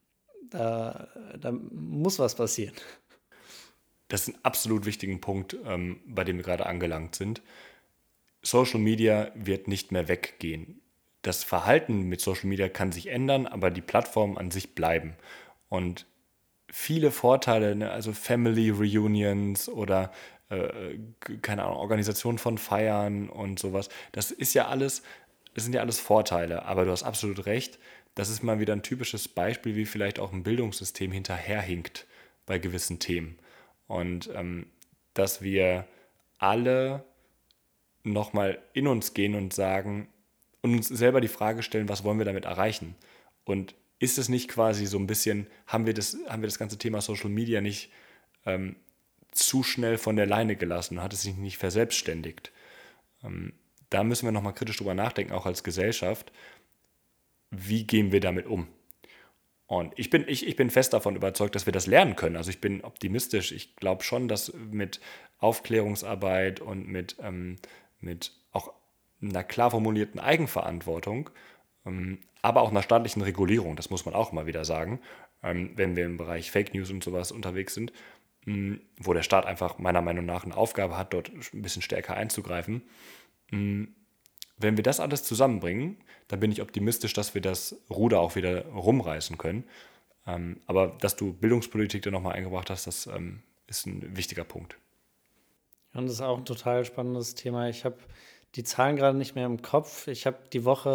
B: Da muss was passieren.
A: Das ist ein absolut wichtigen Punkt, bei dem wir gerade angelangt sind. Social Media wird nicht mehr weggehen. Das Verhalten mit Social Media kann sich ändern, aber die Plattformen an sich bleiben. Und viele Vorteile, ne, also Family Reunions oder keine Ahnung, Organisation von Feiern und sowas, das sind ja alles Vorteile, aber du hast absolut recht, das ist mal wieder ein typisches Beispiel, wie vielleicht auch ein Bildungssystem hinterherhinkt bei gewissen Themen. Und dass wir alle nochmal in uns gehen und sagen und uns selber die Frage stellen, was wollen wir damit erreichen? Und ist es nicht quasi so ein bisschen, haben wir das ganze Thema Social Media nicht zu schnell von der Leine gelassen und hat es sich nicht verselbstständigt? Da müssen wir nochmal kritisch drüber nachdenken, auch als Gesellschaft. Wie gehen wir damit um? Und ich bin fest davon überzeugt, dass wir das lernen können. Also ich bin optimistisch. Ich glaube schon, dass mit Aufklärungsarbeit und mit auch einer klar formulierten Eigenverantwortung, aber auch einer staatlichen Regulierung, das muss man auch mal wieder sagen, wenn wir im Bereich Fake News und sowas unterwegs sind, wo der Staat einfach meiner Meinung nach eine Aufgabe hat, dort ein bisschen stärker einzugreifen. Wenn wir das alles zusammenbringen, dann bin ich optimistisch, dass wir das Ruder auch wieder rumreißen können. Aber dass du Bildungspolitik da nochmal eingebracht hast, das ist ein wichtiger Punkt.
B: Und das ist auch ein total spannendes Thema. Ich habe die Zahlen gerade nicht mehr im Kopf. Ich habe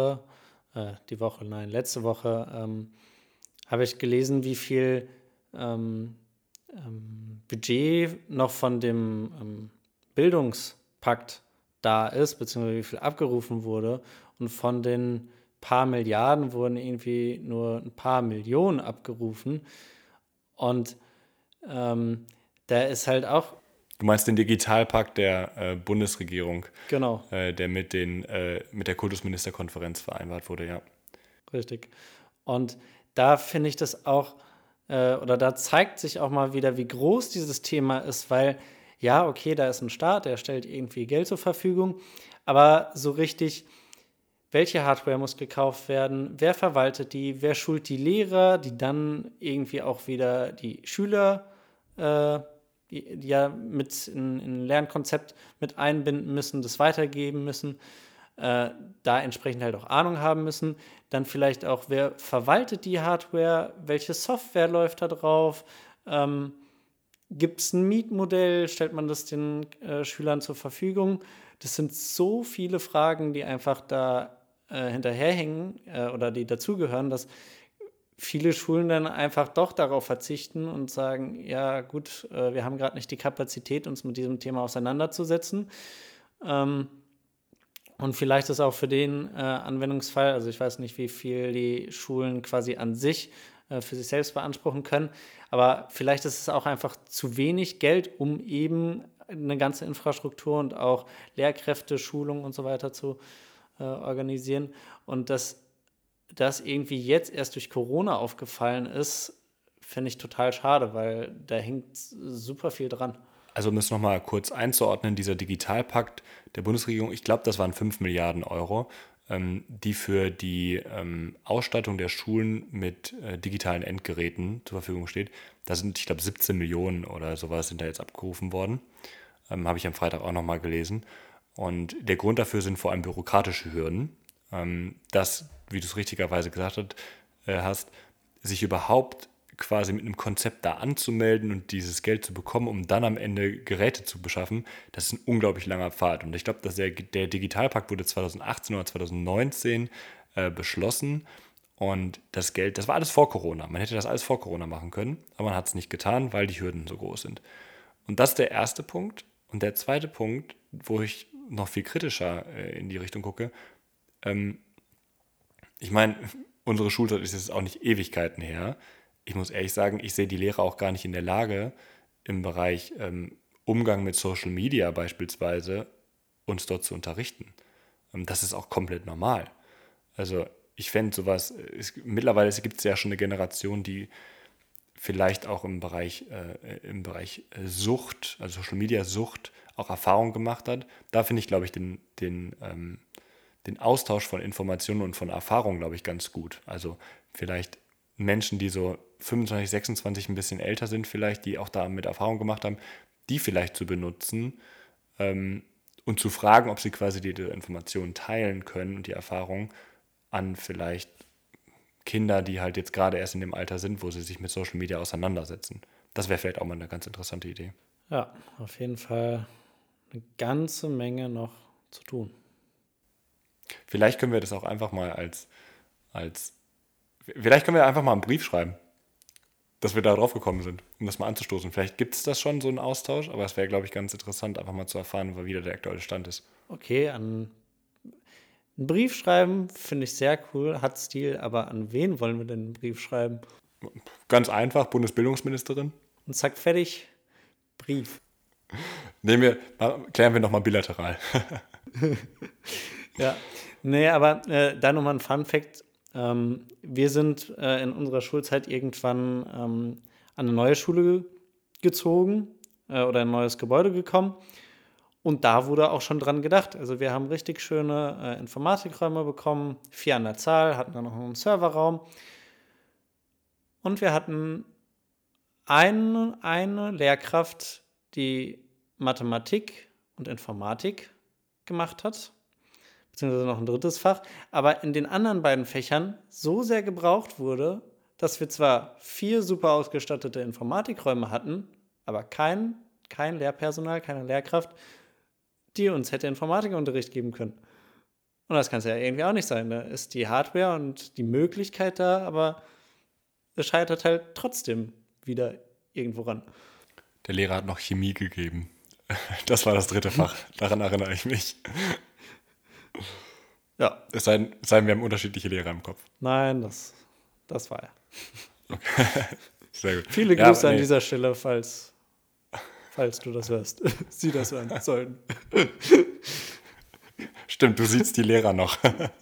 B: letzte Woche habe ich gelesen, wie viel ähm, Budget noch von dem Bildungspakt da ist, beziehungsweise wie viel abgerufen wurde. Und von den paar Milliarden wurden irgendwie nur ein paar Millionen abgerufen. Und da ist halt auch,
A: Du meinst den Digitalpakt der Bundesregierung,
B: genau,
A: der mit der Kultusministerkonferenz vereinbart wurde, ja.
B: richtig. Und da finde ich das auch, oder da zeigt sich auch mal wieder, wie groß dieses Thema ist, weil, ja, okay, da ist ein Staat, der stellt irgendwie Geld zur Verfügung, aber so richtig, welche Hardware muss gekauft werden, wer verwaltet die, wer schult die Lehrer, die dann irgendwie auch wieder die Schüler die ja mit in ein Lernkonzept mit einbinden müssen, das weitergeben müssen, da entsprechend halt auch Ahnung haben müssen. Dann vielleicht auch, wer verwaltet die Hardware, welche Software läuft da drauf, gibt es ein Mietmodell, stellt man das den Schülern zur Verfügung? Das sind so viele Fragen, die einfach da hinterherhängen oder die dazugehören, dass viele Schulen dann einfach doch darauf verzichten und sagen, ja gut, wir haben gerade nicht die Kapazität, uns mit diesem Thema auseinanderzusetzen. Und vielleicht ist auch für den Anwendungsfall, also ich weiß nicht, wie viel die Schulen quasi an sich für sich selbst beanspruchen können, aber vielleicht ist es auch einfach zu wenig Geld, um eben eine ganze Infrastruktur und auch Lehrkräfte, Schulung und so weiter zu organisieren. Und das irgendwie jetzt erst durch Corona aufgefallen ist, finde ich total schade, weil da hängt super viel dran.
A: Also um es nochmal kurz einzuordnen, dieser Digitalpakt der Bundesregierung, ich glaube, das waren 5 Milliarden Euro, die für die Ausstattung der Schulen mit digitalen Endgeräten zur Verfügung steht. Da sind, ich glaube, 17 Millionen oder sowas sind da jetzt abgerufen worden. Habe ich am Freitag auch nochmal gelesen. Und der Grund dafür sind vor allem bürokratische Hürden, dass, wie du es richtigerweise hast, sich überhaupt quasi mit einem Konzept da anzumelden und dieses Geld zu bekommen, um dann am Ende Geräte zu beschaffen, das ist ein unglaublich langer Pfad. Und ich glaube, dass der Digitalpakt wurde 2018 oder 2019 beschlossen. Und das Geld, das war alles vor Corona. Man hätte das alles vor Corona machen können, aber man hat es nicht getan, weil die Hürden so groß sind. Und das ist der erste Punkt. Und der zweite Punkt, wo ich noch viel kritischer in die Richtung gucke, ich meine, unsere Schulzeit ist jetzt auch nicht Ewigkeiten her. Ich muss ehrlich sagen, ich sehe die Lehrer auch gar nicht in der Lage, im Bereich Umgang mit Social Media beispielsweise uns dort zu unterrichten. Das ist auch komplett normal. Also ich fände sowas, mittlerweile gibt es ja schon eine Generation, die vielleicht auch im Bereich Sucht, also Social Media Sucht, auch Erfahrung gemacht hat. Da finde ich, glaube ich, den Austausch von Informationen und von Erfahrungen, glaube ich, ganz gut. Also vielleicht Menschen, die so 25, 26 ein bisschen älter sind vielleicht, die auch da mit Erfahrung gemacht haben, die vielleicht zu benutzen und zu fragen, ob sie quasi diese Informationen teilen können und die Erfahrung an vielleicht Kinder, die halt jetzt gerade erst in dem Alter sind, wo sie sich mit Social Media auseinandersetzen. Das wäre vielleicht auch mal eine ganz interessante Idee.
B: Ja, auf jeden Fall eine ganze Menge noch zu tun.
A: Vielleicht können wir das auch einfach mal vielleicht können wir einfach mal einen Brief schreiben, dass wir da drauf gekommen sind, um das mal anzustoßen. Vielleicht gibt es das schon, so einen Austausch, aber es wäre, glaube ich, ganz interessant, einfach mal zu erfahren, wie wieder der aktuelle Stand ist.
B: Okay, einen Brief schreiben finde ich sehr cool, hat Stil, aber an wen wollen wir denn einen Brief schreiben?
A: Ganz einfach, Bundesbildungsministerin.
B: Und zack, fertig, Brief.
A: Klären wir nochmal bilateral.
B: Ja, nee, aber da nochmal ein Fun-Fact. Wir sind in unserer Schulzeit irgendwann an eine neue Schule gezogen oder ein neues Gebäude gekommen. Und da wurde auch schon dran gedacht. Also wir haben richtig schöne Informatikräume bekommen, 4 an der Zahl, hatten dann noch einen Serverraum. Und wir hatten eine Lehrkraft, die Mathematik und Informatik gemacht hat, beziehungsweise noch ein drittes Fach, aber in den anderen beiden Fächern so sehr gebraucht wurde, dass wir zwar 4 super ausgestattete Informatikräume hatten, aber kein Lehrpersonal, keine Lehrkraft, die uns hätte Informatikunterricht geben können. Und das kann es ja irgendwie auch nicht sein. Da ist die Hardware und die Möglichkeit da, aber es scheitert halt trotzdem wieder irgendwo ran.
A: Der Lehrer hat noch Chemie gegeben. Das war das 3. Fach. Daran erinnere ich mich.
B: Ja.
A: Es sei denn, wir haben unterschiedliche Lehrer im Kopf.
B: Nein, das war er.
A: Okay. Sehr gut.
B: Viele Grüße an dieser Stelle, falls du das hörst. Sie das hören sollen.
A: Stimmt, du siehst die Lehrer noch.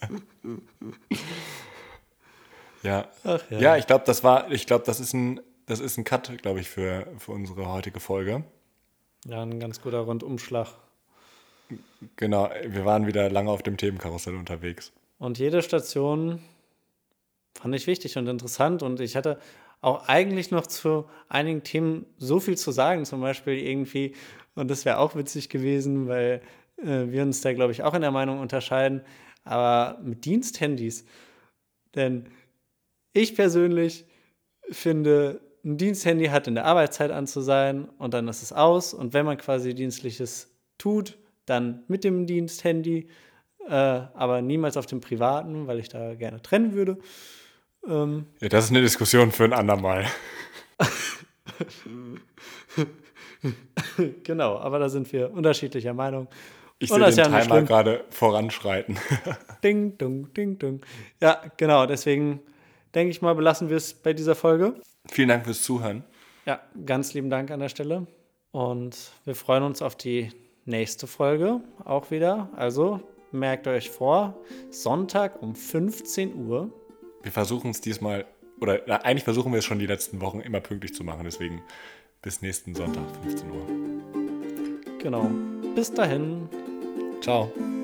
A: Ja.
B: Ach ja.
A: Ja, ich glaube, das ist ein Cut, glaube ich, für unsere heutige Folge.
B: Ja, ein ganz guter Rundumschlag.
A: Genau, wir waren wieder lange auf dem Themenkarussell unterwegs.
B: Und jede Station fand ich wichtig und interessant. Und ich hatte auch eigentlich noch zu einigen Themen so viel zu sagen, zum Beispiel irgendwie, und das wäre auch witzig gewesen, weil wir uns da, glaube ich, auch in der Meinung unterscheiden, aber mit Diensthandys. Denn ich persönlich finde, ein Diensthandy hat in der Arbeitszeit an zu sein und dann ist es aus. Und wenn man quasi Dienstliches tut, dann mit dem Diensthandy, aber niemals auf dem privaten, weil ich da gerne trennen würde.
A: Ja, das ist eine Diskussion für ein andermal.
B: Genau, aber da sind wir unterschiedlicher Meinung.
A: Ich sehe den Timer gerade voranschreiten.
B: Ding, dung, ding, dung. Ja, genau, deswegen denke ich mal, belassen wir es bei dieser Folge.
A: Vielen Dank fürs Zuhören.
B: Ja, ganz lieben Dank an der Stelle. Und wir freuen uns auf die nächste Folge auch wieder. Also merkt euch vor, Sonntag um 15 Uhr.
A: Wir versuchen es diesmal, eigentlich versuchen wir es schon die letzten Wochen immer pünktlich zu machen. Deswegen bis nächsten Sonntag, 15 Uhr.
B: Genau. Bis dahin.
A: Ciao.